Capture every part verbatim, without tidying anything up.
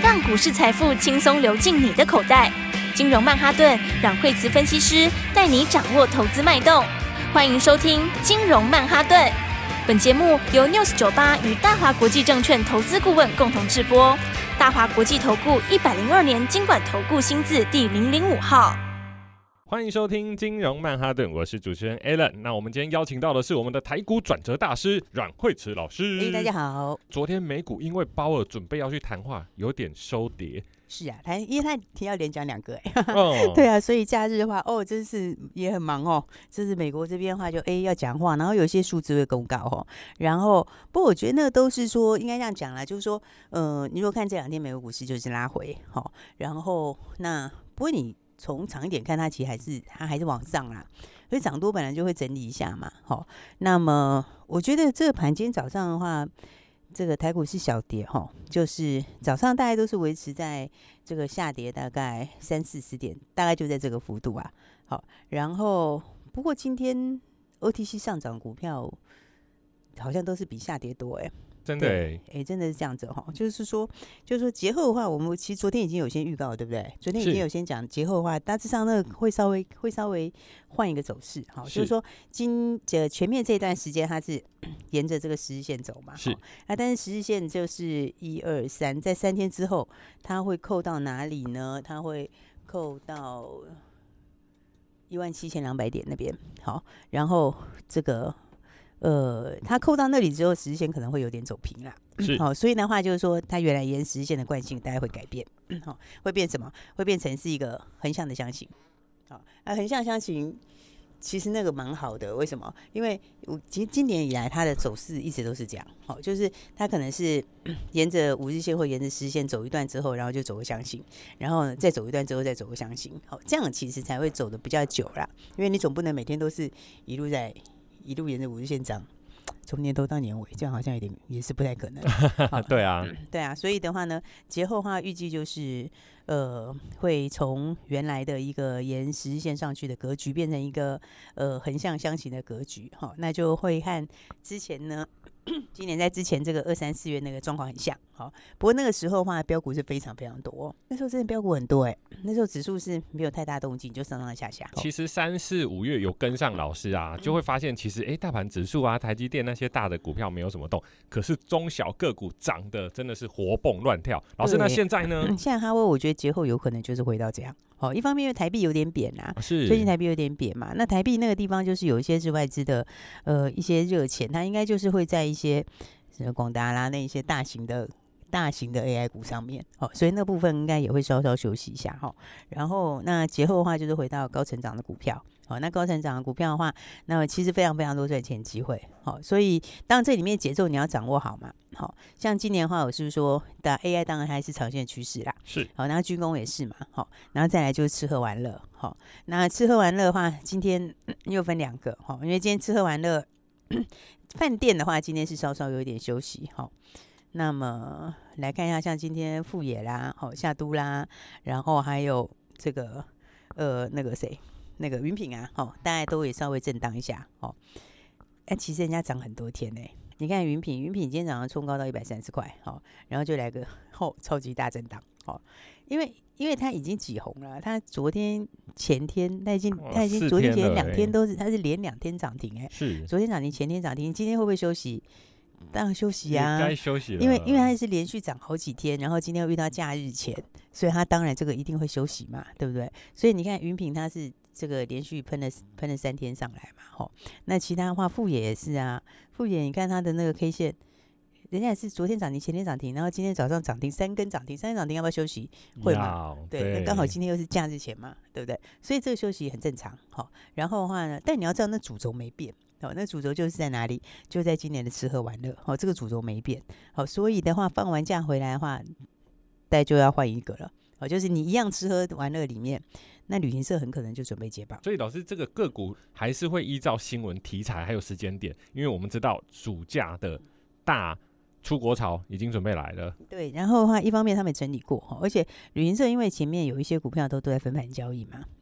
让股市财富轻松流进你的口袋。金融曼哈顿让惠慈分析师带你掌握投资脉动。欢迎收听金融曼哈顿。本节目由 News 九八与大华国际证券投资顾问共同制播。大华国际投顾一百零二年金管投顾新字第零零五号。 欢迎收听金融曼哈顿，我是主持人 Alan。那我们今天邀请到的是我们的台股转折大师阮慧慈老师。 欸、大家好。昨天美股因为鲍尔准备要去谈话，有点收跌。 是啊，他因为他提要连讲两个哎、欸哦，对啊，所以假日的话，哦，真是也很忙哦。这是美国这边的话就，就、欸、哎要讲话，然后有些数字会公告哦。然后，不过我觉得那个都是说应该这样讲啦，就是说，呃，你如果看这两天美国股市就是拉回，好、哦，然后那不过你从长一点看，它其实还是它还是往上啦，所以涨多本来就会整理一下嘛，好、哦。那么我觉得这个盘今天早上的话。这个台股是小跌哈，就是早上大概都是维持在这个下跌大概三四十点，大概就在这个幅度啊。好，然后不过今天 O T C 上涨股票好像都是比下跌多哎、欸。 真的哎、 欸，真的是这样子哈，就是说，就是说节后的话，我们其实昨天已经有先预告了，对不对？昨天已经有先讲节后的话，大致上那个会稍微会稍微换一个走势，哈，就是说今呃前面这一段时间它是沿着这个十日线走嘛， 是啊，但是十日线就是一二三，在三天之后它会扣到哪里呢？它会扣到一万七千两百点那边，好，然后这个。呃，它扣到那里之后，十日线可能会有点走平啦。好、哦，所以的话就是说，它原来沿十日线的惯性大概会改变，好、哦，会变什么？会变成是一个横向的箱型。好、哦，啊，横向箱型其实那个蛮好的，为什么？因为我其实今年以来它的走势一直都是这样，好、哦，就是它可能是沿着五日线或沿着十日线走一段之后，然后就走个箱型，然后再走一段之后再走个箱型，好、哦，这样其实才会走的比较久啦。因为你总不能每天都是一路在。一路沿着五日线涨，从年头到年尾，这样好像有点也是不太可能。 对啊， 对啊，所以的话呢，节后的话预计就是呃，会从原来的一个沿十日线上去的格局，变成一个呃横向箱型的格局，哈，那就会和之前呢。今年在之前这个二三四月那个状况很像，好，不过那个时候的话，标股是非常非常多，那时候真的标股很多哎、欸，那时候指数是没有太大动静，就上上下下。 其实三四五月有跟上老师啊，就会发现其实哎，大盘指数啊，台积电那些大的股票没有什么动，可是中小个股涨的真的是活蹦乱跳。老师，那现在呢？ 嗯、现在哈威，我觉得节后有可能就是回到这样。好，一方面因为台币有点贬啊， 是最近台币有点贬嘛，那台币那个地方就是有一些是外资的呃一些热钱，它应该就是会在一些广达啦那一些大型的大型的 A I 股上面，好，所以那部分应该也会稍稍休息一下哈。然后那节后的话就是回到高成长的股票，好，那高成长的股票的话，那其实非常非常多赚钱机会，好，所以当然这里面节奏你要掌握好嘛。好像今年的话，我是不是说的 A I 当然还是长线趋势啦， 是好，然后军工也是嘛，好，然后再来就是吃喝玩乐，好，那吃喝玩乐的话，今天、嗯、又分两个，好，因为今天吃喝玩乐，饭店的话，今天是稍稍有一点休息，好，那么来看一下，像今天富野啦，好，夏都啦，然后还有这个呃那个谁，那个云品啊，好，大概都也稍微震荡一下，好，哎，其实人家涨很多天呢、欸。你看云品，云品今天早上冲高到一百三十块，好，然后就来个后、哦、超级大震荡，好，因为因为它已经挤红了，它昨天前天它已经它已经昨天前两天都是它是连两天涨停哎、欸， 是昨天涨停，前天涨停，今天会不会休息？当然休息啊， 该休息了， 因为因为它是连续涨好几天，然后今天又遇到假日前，所以它当然这个一定会休息嘛，对不对？所以你看云品它是这个连续喷了喷了三天上来嘛，吼，那其他的话富野也是啊，富野你看它的那个 K 线，人家也是昨天涨停，前天涨停，然后今天早上涨停三根涨停，三根涨停要不要休息？会嘛？对，刚好今天又是假日前嘛，对不对？所以这个休息很正常，好，然后的话呢，但你要知道那主轴没变。好，那主轴就是在哪里？就在今年的吃喝玩乐。好，这个主轴没变。好，所以的话，放完假回来的话，大概就要换一个了。好，就是你一样吃喝玩乐里面，那旅行社很可能就准备接棒。 所以老师，这个个股还是会依照新闻题材还有时间点，因为我们知道暑假的大出国潮已经准备来了。 对，然后的话，一方面他们整理过，而且旅行社因为前面有一些股票都都在分盘交易嘛。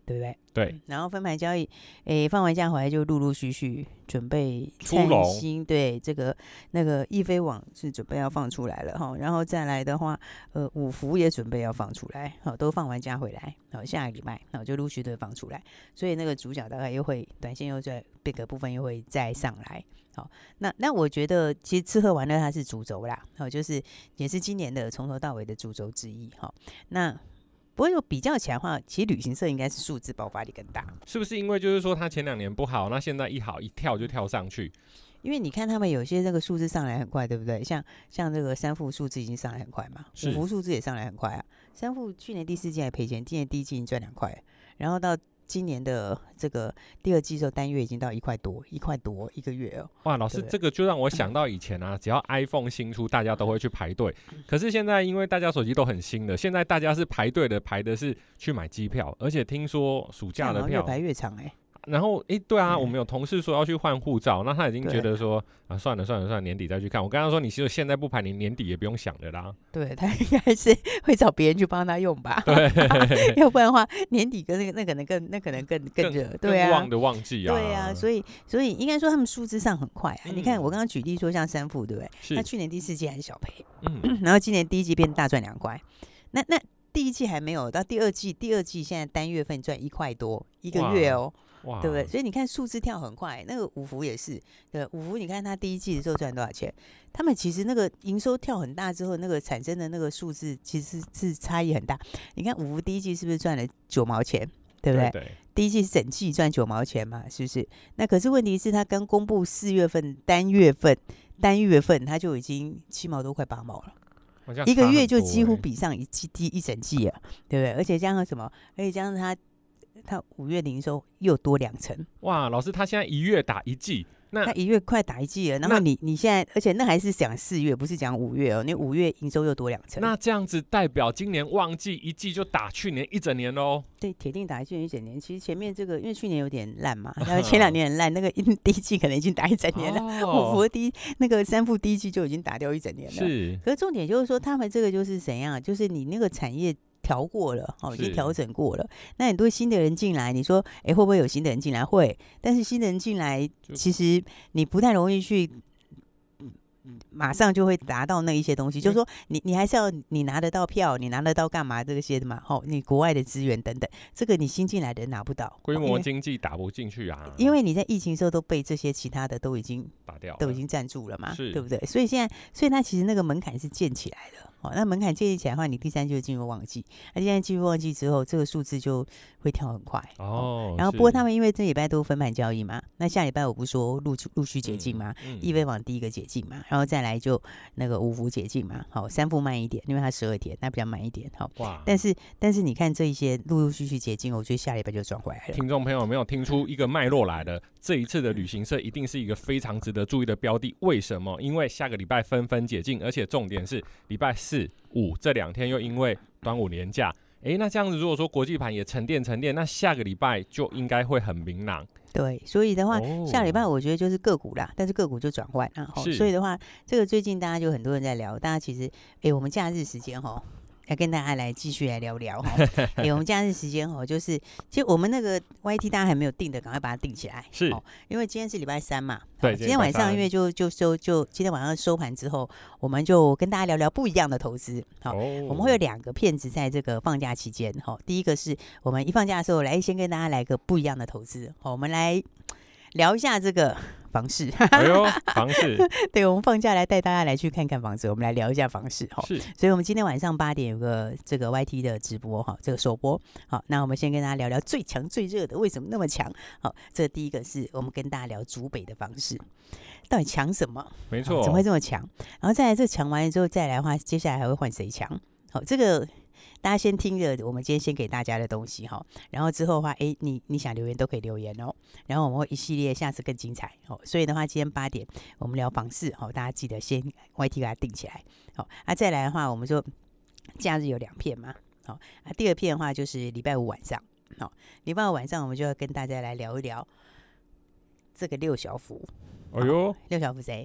对不对？ 对。 嗯、然后分盘交易，诶，放完假回来就陆陆续续准备出笼。 新对这个那个易飞网是准备要放出来了哈，然后再来的话，呃，五福也准备要放出来，好，都放完假回来，好，下个礼拜好就陆续都放出来，所以那个主角大概又会短线又在这个部分又会再上来。好，那那我觉得其实吃喝玩乐它是主轴啦，好，就是也是今年的从头到尾的主轴之一。好，那不过有比较起来的话，其实旅行社应该是数字爆发力更大， 是不是因为就是说它前两年不好，那现在一好一跳就跳上去？ 因为你看他们有些这个数字上来很快，对不对？像像这个三富数字已经上来很快嘛，五福数字也上来很快啊。三富去年第四季还赔钱，今年第一季已经赚两块，然后到今年的这个第二季的时候，单月已经到一块多，一块多一个月哦。 哇，老师，这个就让我想到以前啊，只要 iPhone 新出，大家都会去排队。可是现在因为大家手机都很新的，现在大家是排队的，排的是去买机票，而且听说暑假的票越排越长哎、欸。 然后，哎，对啊，我们有同事说要去换护照，那他已经觉得说啊，算了算了算了，年底再去看。我跟他说，你其实现在不排，你年底也不用想了啦。 对，他应该是会找别人去帮他用吧？ 对， 要不然的话，年底跟那个那可能更那可能更更热，对啊， 更旺的旺季啊， 对啊，所以所以应该说他们数字上很快啊。 嗯、 你看我刚刚举例说像三富，对不对？他去年第四季还是小赔， 嗯， 然后今年第一季变大赚两块，那那第一季还没有到第二季，第二季现在单月份赚一块多一个月哦。对不对？所以你看数字跳很快，那个五福也是，对，五福你看他第一季的时候赚多少钱？他们其实那个营收跳很大之后，那个产生的那个数字其实是差异很大。你看五福第一季是不是赚了九毛钱？对不对？ 对对， 第一季是整季赚九毛钱嘛，是不是？那可是问题是，他刚公布四月份单月份单月份，他就已经七毛多，快八毛了。一个月就几乎比上一季第一整季了，对不对？而且加上什么？而且加上他。他五月营收又多两成， 哇！老师，他现在一月打一季，那他一月快打一季了。然后你你现在，而且那还是讲四月，不是讲五月哦。你五月营收又多两成， 那这样子代表今年旺季一季就打去年一整年喽？ 对，铁定打去年一整年。其实前面这个因为去年有点烂嘛，然后前两年很烂，那个第一季可能已经打一整年了。 哦、 五福第一那个三富第一季就已经打掉一整年了。 是， 可是重点就是说，他们这个就是怎样？就是你那个产业。调过了，哦，已经调整过了。那很多新的人进来，你说，哎，会不会有新的人进来？会，但是新的人进来，其实你不太容易去。马上就会达到那一些东西，嗯、就是说你你还是要你拿得到票，你拿得到干嘛这些的嘛？吼，你国外的资源等等，这个你新进来的人拿不到， 规模经济打不进去啊。 因为你在疫情的时候都被这些其他的都已经打掉， 都已经占住了嘛， 是对不对？所以现在，所以它其实那个门槛是建起来的。哦，那门槛建立起来的话，你第三季就进入旺季，那现在进入旺季之后，这个数字就会跳很快哦。 然后不过他们因为这礼拜都分盘交易嘛，那下礼拜我不是说陆陆续解禁嘛， 嗯嗯、 易飞网第一个解禁嘛，然后再来就那个五福解禁嘛，好，三富慢一点，因为它十二天，那比较慢一点，好。 哇！ 但是但是你看这一些陆陆续续解禁，我觉得下礼拜就转回来了。 听众朋友有没有听出一个脉络来的？这一次的旅行社一定是一个非常值得注意的标的，为什么？因为下个礼拜纷纷解禁，而且重点是礼拜四、五这两天又因为端午连假，哎，那这样子如果说国际盘也沉淀沉淀，那下个礼拜就应该会很明朗。 对，所以的话， 哦、 下礼拜我觉得就是个股啦，但是个股就转换啊，所以的话，这个最近大家就很多人在聊，大家其实，哎，我们假日时间哈。要跟大家来继续来聊聊哈，哎、欸，我们假日时间哈，就是其实我们那个 Y T 大家还没有定的，赶快把它定起来。 是， 哦，因为今天是礼拜三嘛， 对， 今天晚上因为就就收就今天晚上收盘之后，我们就跟大家聊聊不一样的投资。好、哦，我们会有两个片子在这个放假期间，哈，第一个是我们一放假的时候来先跟大家来个不一样的投资，好，我们来聊一下这个。房市， 哎呦，房市， 对，我们放假来带大家来去看看房子，我们来聊一下房市哈。 是， 所以我们今天晚上八点有个这个 Y T 的直播哈，这个首播。好，那我们先跟大家聊聊最强最热的，为什么那么强？好，这第一个是我们跟大家聊竹北的房市，到底强什么？ 没错， 怎么会这么强？然后再来这强完了之后再来的话，接下来还会换谁强？好，这个。大家先听着，我们今天先给大家的东西哈，然后之后的话，哎，你你想留言都可以留言哦，然后我们会一系列，下次更精彩哦。所以的话，今天八点我们聊房市，好，大家记得先 Y T 给它定起来，好，啊，再来的话，我们说假日有两片嘛，好，啊，第二片的话就是礼拜五晚上，好，礼拜五晚上我们就要跟大家来聊一聊这个六小福， 哎呦， 六小福谁？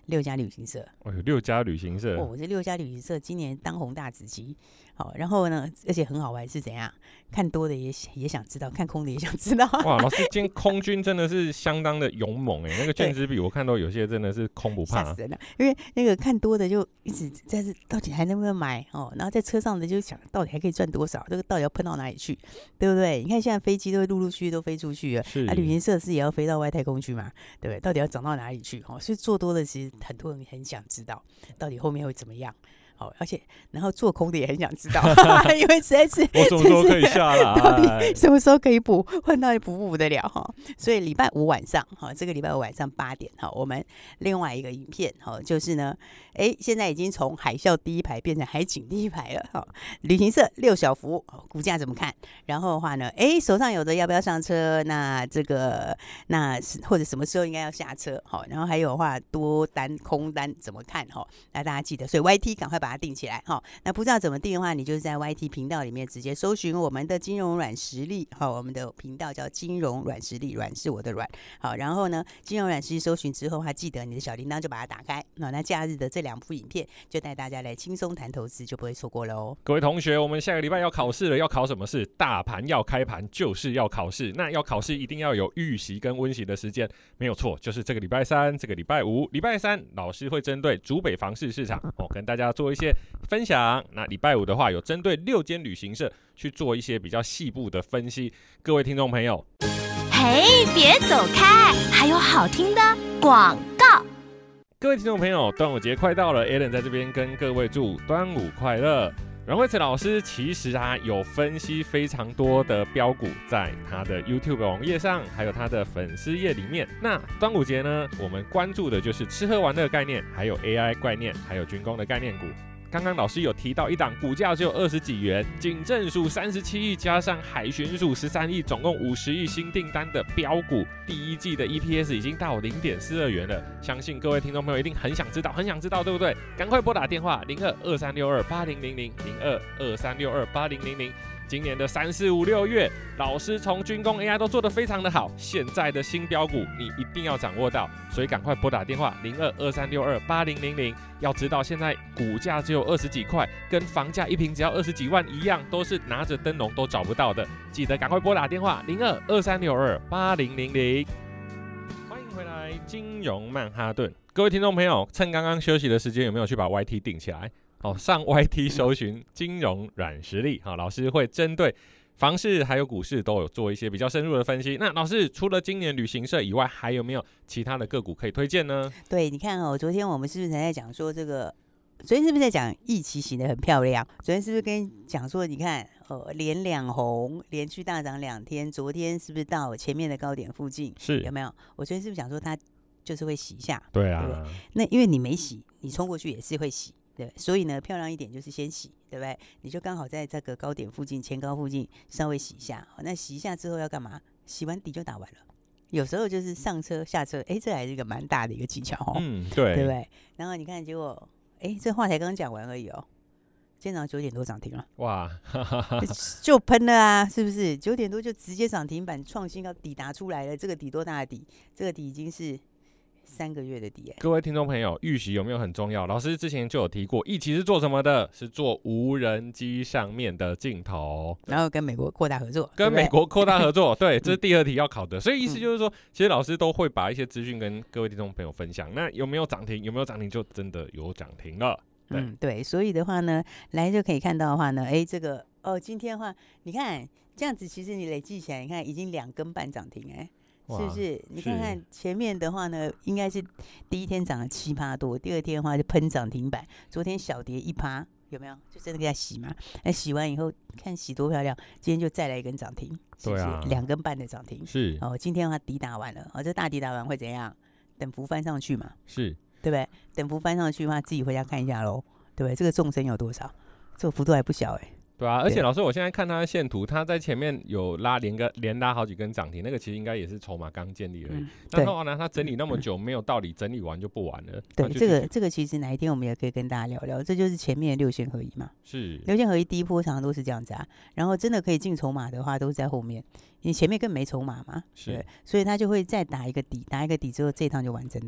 六家旅行社。 哦，有六家旅行社。 哦，这六家旅行社今年当红大子期。好，然后呢，而且很好玩是怎样？看多的也也想知道，看空的也想知道。 哇，老师，今天空军真的是相当的勇猛哎，那个券资比我看到有些真的是空不怕， 吓死人了。因为那个看多的就一直在这，到底还能不能买哦？然后在车上的就想，到底还可以赚多少？这个到底要喷到哪里去，对不对？你看现在飞机都会陆陆续续都飞出去了，啊，旅行社是也要飞到外太空去嘛，对不对？到底要涨到哪里去？哦，所以做多的其实很多人很想知道，到底后面会怎么样。好，而且然后做空的也很想知道，因为实在是我什么时候可以下来？ 到底什么时候可以补？换到底补不补得了哈？所以礼拜五晚上，哈，这个礼拜五晚上八点，哈，我们另外一个影片，哈，就是呢，哎，现在已经从海啸第一排变成海景第一排了，哈，旅行社六小福，股价怎么看？然后的话呢，哎，手上有的要不要上车？那这个那或者什么时候应该要下车？好，然后还有的话多单空单怎么看？哈，那大家记得，所以 Y T 赶快把它定起来哈。那不知道怎么定的话，你就是在 Y T 频道里面直接搜寻我们的金融软实力，好，我们的频道叫金融软实力，软是我的软，好，然后呢，金融软实力搜寻之后，还记得你的小铃铛就把它打开，好，那假日的这两部影片就带大家来轻松谈投资，就不会错过喽。 各位同学，我们下个礼拜要考试了，要考什么试？大盘要开盘就是要考试，那要考试一定要有预习跟温习的时间，没有错，就是这个礼拜三、这个礼拜五。礼拜三老师会针对竹北房市市场哦，跟大家做一些分享。那礼拜五的话，有针对六间旅行社去做一些比较细部的分析。各位听众朋友， 嘿，别走开，还有好听的广告。 各位听众朋友，端午节快到了 ，Alan 在这边跟各位祝端午快乐。阮慧慈老师其实啊有分析非常多的标股在他的 YouTube 网页上，还有他的粉丝页里面。那端午节呢，我们关注的就是吃喝玩乐概念，还有 A I 概念，还有军工的概念股。刚刚老师有提到一档股价只有二十几元，警政署三十七亿加上海巡署十三亿，总共五十亿新订单的标股，第一季的 E P S 已经到 零点四二元了。相信各位听众朋友一定很想知道，很想知道，对不对？赶快拨打电话零二二三六二八零零零零二二三六二八零零零。今年的三四五六月，老师从军工 A I 都做得非常的好，现在的新标股你一定要掌握到，所以赶快拨打电话零二二三六二八零零零。要知道现在股价只有二十几块，跟房价一平只要二十几万一样，都是拿着灯笼都找不到的。记得赶快拨打电话零二二三六二八零零零。欢迎回来，金融曼哈顿，各位听众朋友，趁刚刚休息的时间，有没有去把 Y T 定起来？好，上 Y T 搜寻金融软实力，好，老师会针对房市还有股市都有做一些比较深入的分析。那老师除了今年旅行社以外，还有没有其他的个股可以推荐呢？ 对，你看哦，昨天我们是不是才在讲说这个？昨天是不是在讲疫期型的很漂亮？昨天是不是跟你讲说，你看，呃，连两红，连续大涨两天，昨天是不是到前面的高点附近？ 是有没有？我昨天是不是讲说它就是会洗一下？ 对啊， 对，那因为你没洗，你冲过去也是会洗。对，所以呢，漂亮一点就是先洗，对不对？你就刚好在这个高点附近、前高附近稍微洗一下。那洗一下之后要干嘛？洗完底就打完了。有时候就是上车、下车，哎，这还是一个蛮大的一个技巧哦。 嗯，对， 对不对？然后你看，结果，哎，这话才刚讲完而已哦。今天早上九点多涨停了， 哇， 就喷了啊，是不是？九点多就直接涨停板创新高，底打出来了。这个底多大的底？这个底已经是三个月的底欸。 各位听众朋友，预习有没有很重要？老师之前就有提过，一期是做什么的？是做无人机上面的镜头， 然后跟美国扩大合作， 跟美国扩大合作，对，这是第二题要考的。所以意思就是说，其实老师都会把一些资讯跟各位听众朋友分享。那有没有涨停？有没有涨停？就真的有涨停了。对， 嗯，对，所以的话呢，来就可以看到的话呢，哎，这个哦，今天的话，你看这样子，其实你累计起来，你看已经两根半涨停，哎。是不是？你看看前面的话呢，应该是第一天涨了七趴多，第二天的话就喷涨停板，昨天小跌一趴，有没有？就真的给它洗嘛？那洗完以后，看洗多漂亮，今天就再来一根涨停，是不是？ 对啊， 两根半的涨停。 是哦，今天的话底打完了，哦，这大底打完会怎样？等幅翻上去嘛？ 是， 对不对？等幅翻上去的话，自己回家看一下喽，对不对？这个纵深有多少？这个幅度还不小哎、欸。 对啊，而且老师，我现在看他的线图，他在前面有拉连个连拉好几根涨停，那个其实应该也是筹码刚建立而已。嗯、那后来呢，他整理那么久，没有道理整理完就不完了。 对，这个这个其实哪一天我们也可以跟大家聊聊，这就是前面的六线合一嘛。 是六线合一第一波常常都是这样子啊，然后真的可以进筹码的话，都是在后面，你前面更没筹码嘛。 是， 所以他就会再打一个底，打一个底之后，这一趟就完整的了。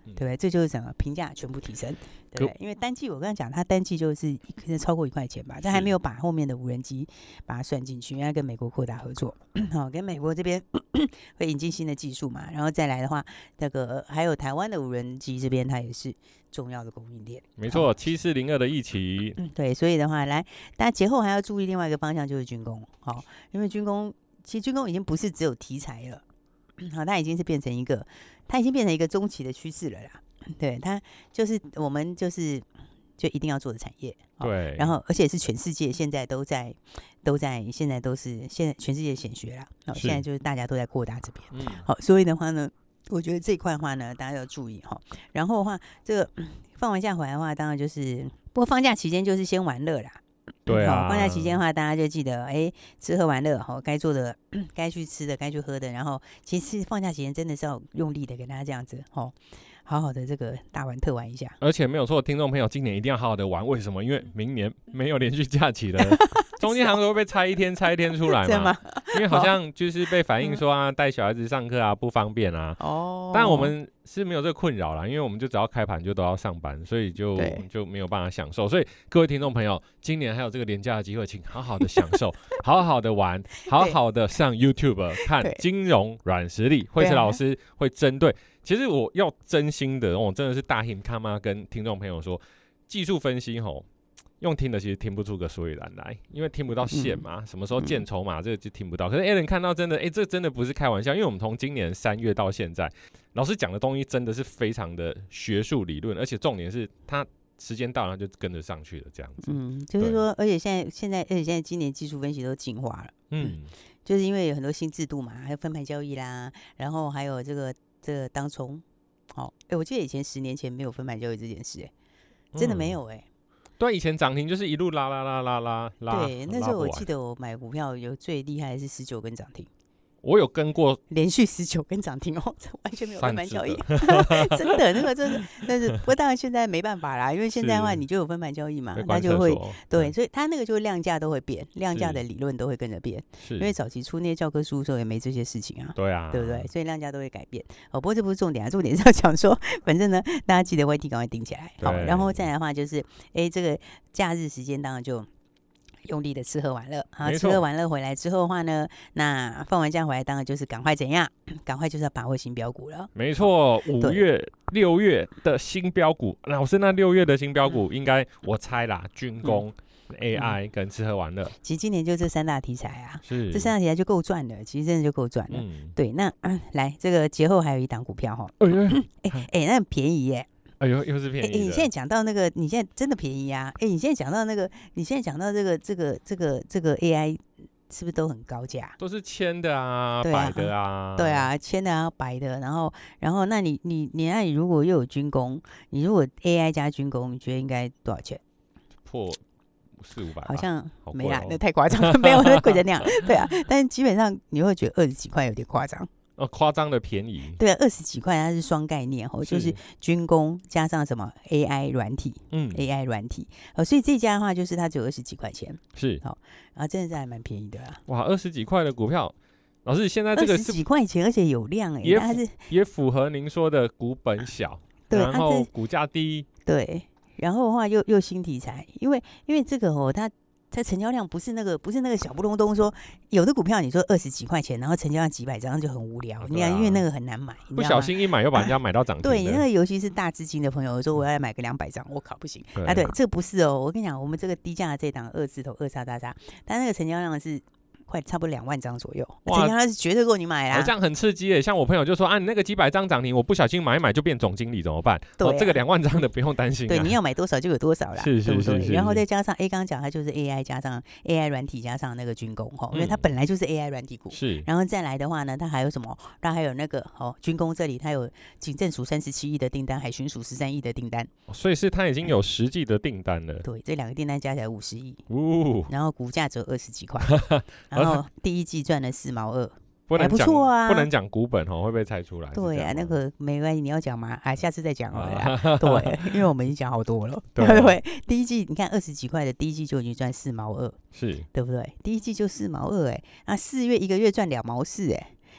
对不对？这就是整个评价全部提升，对不对？因为单季我刚刚讲，它单季就是可能超过一块钱吧，但还没有把后面的无人机把它算进去，因为跟美国扩大合作，好，跟美国这边会引进新的技术嘛，然后再来的话，那个还有台湾的无人机这边，它也是重要的供应链。 没错，七四零二的一期， 嗯，对，所以的话，来，大家节后还要注意另外一个方向，就是军工，好，因为军工其实军工已经不是只有题材了，好，它已经是变成一个，它已经变成一个中期的趋势了啦。对，它就是我们就是就一定要做的产业， 对， 然后而且是全世界现在都在都在现在都是现在全世界显学啦，好，现在就是大家都在扩大这边，嗯，好，所以的话呢，我觉得这一块的话呢，大家要注意哈。然后的话，这个放完假回来的话，当然就是，不过放假期间就是先玩乐啦。 对啊， 放假期间的话，大家就记得，哎，吃喝玩乐，哈，该做的、该去吃的、该去喝的，然后其实放假期间真的是要用力的给大家这样子，哈，好好的这个大玩特玩一下。 而且没有错，听众朋友，今年一定要好好的玩，为什么？因为明年没有连续假期了。中间好像都会被拆一天，拆一天出来嘛。因为好像就是被反映说啊，带小孩子上课啊不方便啊。哦。但我们是没有这个困扰啦，因为我们就只要开盘就都要上班，所以就就没有办法享受。所以各位听众朋友，今年还有这个连假的机会，请好好的享受，好好的玩，好好的上 YouTube 看金融软实力。惠慈老师会针对，其实我要真心的，我真的是大hin他妈跟听众朋友说，技术分析吼。用听的其实听不出个所以然来，因为听不到线嘛，嗯、什么时候见筹码这个就听不到。可是 Alan 看到真的，哎、欸，这真的不是开玩笑，因为我们从今年三月到现在，老师讲的东西真的是非常的学术理论，而且重点是他时间到了就跟着上去了这样子。嗯， 就是说，而且现在现在而且现在今年技术分析都进化了，嗯，就是因为有很多新制度嘛，还有分盘交易啦，然后还有这个这个当冲，好、哦，哎、欸，我记得以前十年前没有分盘交易这件事、欸，哎，真的没有哎、欸。嗯对，以前涨停就是一路拉拉拉拉拉拉。 对，那时候我记得我买股票有最厉害的是十九根涨停。 我有跟过连续十九根涨停哦，这完全没有分盘交易，真的那个真的，但是不过当然现在没办法啦，因为现在的话你就有分盘交易嘛，它就会对，所以它那个就量价都会变，量价的理论都会跟着变，因为早期出那些教科书的时候也没这些事情啊， 对啊， 对不对？所以量价都会改变。哦，不过这不是重点啊，重点是要讲说，反正呢，大家记得 Y T 赶快顶起来，好，然后再来的话就是，哎，这个假日时间当然就。用力的吃喝玩乐，好，吃喝玩乐回来之后的话呢，那放完假回来，当然就是赶快怎样，赶快就是要把握新标股了。 没错，五月、六月的新标股，老师那六月的新标股，应该我猜啦，军工、嗯、A I 跟吃喝玩乐。 其实今年就这三大题材啊，是这三大题材就够赚了，其实真的就够赚了。嗯、对，那、嗯、来这个节后还有一档股票哈，哎哎哎，那很便宜耶。 哎呦，又是便宜的！哎、欸， 你现在讲到那个，你现在真的便宜啊！哎、欸，你现在讲到那个，你现在讲到这个，这个，这个，这个 A I 是不是都很高价？ 都是千的啊，百的啊。 对啊，千的啊，百的。然后，然后，那你，你，你，那你如果又有军工，你如果 A I 加军工，你觉得应该多少钱？ 破四五百？ 好像没啦，那太夸张了，没有那贵的那样。对啊，但是基本上你会觉得二十几块有点夸张。 哦，夸张的便宜。 对啊，二十几块它是双概念哦，就是军工加上什么 A I 软体，嗯 ，A I 软体，哦，所以这家的话就是它只有二十几块钱， 是， 好、哦，然后真的是还蛮便宜的啦。 哇，二十几块的股票，老师现在这个是二十几块钱，而且有量哎、欸， 也它是也符合您说的股本小， 对， 然后股价低， 对，然后的话又又新题材，因为因为这个哦，它。它成交量不是那个，不是那个小不隆咚说有的股票你说二十几块钱，然后成交量几百张就很无聊，你看、啊、因为那个很难买， 不小心一买又把人家买到涨停、啊。 对，那个尤其是大资金的朋友说我要买个两百张，我靠不行啊！对，这个不是哦，我跟你讲，我们这个低价的这档二字头二叉叉叉，它那个成交量是。快差不多两万张左右，成交量是绝对够你买啦。 这样很刺激耶！像我朋友就说啊，你那个几百张涨停，我不小心买一买就变总经理怎么办？对、啊哦，这个两万张的不用担心、啊。 对，你要买多少就有多少啦， 是是是是是对不对？然后再加上 A 刚刚讲，它就是 A I 加上 A I 软体加上那个军工哈，因为它本来就是 A I 软体股。是。然后再来的话呢，它还有什么？它还有那个哦，军工这里它有警政署三十七亿的订单，海巡署十三亿的订单。 所以是它已经有实际的订单了。 对，这两个订单加起来五十亿。哦。然后股价只有二十几块，然后第一季。赚了四毛二，还不错啊！ 不能讲股本哦，会被猜出来。 对啊，那个没关系，你要讲吗？啊，下次再讲好了啦。对，因为我们已经讲好多了，对不对？第一季你看二十几块的，第一季就已经赚四毛二， 是， 对不对？第一季就四毛二，哎，那四月一个月赚两毛四，哎，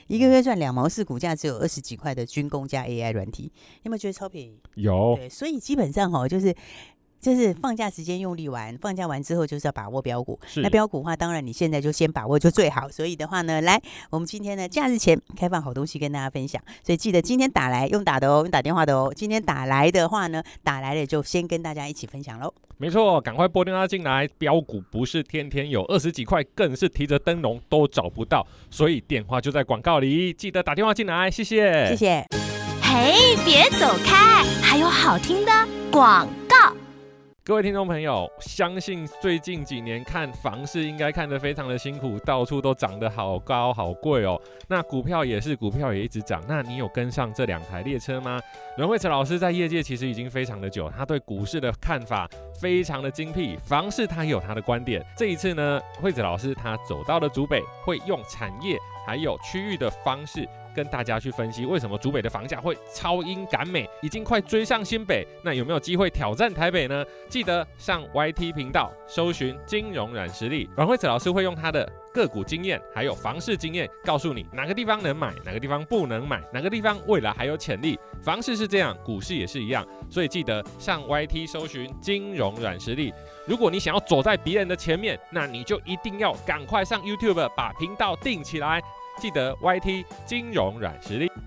一个月赚两毛四，股价只有二十几块的军工加 A I 软体，有没有觉得超便宜？ 有， 对，所以基本上哈，就是。就是放假时间用力玩，放假完之后就是要把握标股。那标股的话，当然你现在就先把握就最好。所以的话呢，来，我们今天呢假日前开放好东西跟大家分享。所以记得今天打来用打的哦，用打电话的哦。今天打来的话呢，打来了就先跟大家一起分享喽。 没错，赶快拨电话进来。标股不是天天有，二十几块更是提着灯笼都找不到，所以电话就在广告里，记得打电话进来，谢谢， 谢谢。 嘿，别走开，还有好听的广告。 各位听众朋友，相信最近几年看房市应该看得非常的辛苦，到处都涨得好高好贵哦。那股票也是，股票也一直涨。那你有跟上这两台列车吗？阮慧慈老师在业界其实已经非常的久，他对股市的看法非常的精辟，房市他也有他的观点。这一次呢，慧慈老师他走到了竹北，会用产业还有区域的方式跟大家去分析为什么竹北的房价会超英赶美，已经快追上新北，那有没有机会挑战台北呢？记得上 Y T 频道搜寻金融软实力，阮慧慈老师会用他的个股经验还有房市经验告诉你哪个地方能买，哪个地方不能买，哪个地方未来还有潜力。房市是这样，股市也是一样，所以记得上 Y T 搜寻金融软实力。如果你想要走在别人的前面，那你就一定要赶快上 YouTube 把频道订起来，记得 Y T 金融软实力。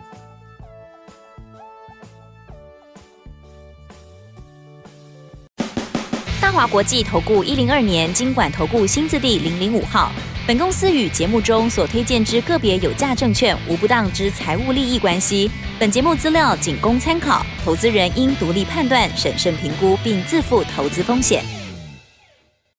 大华国际投顾一零二年金管投顾新字第零零五号。本公司与节目中所推荐之个别有价证券无不当之财务利益关系。本节目资料仅供参考，投资人应独立判断、审慎评估，并自负投资风险。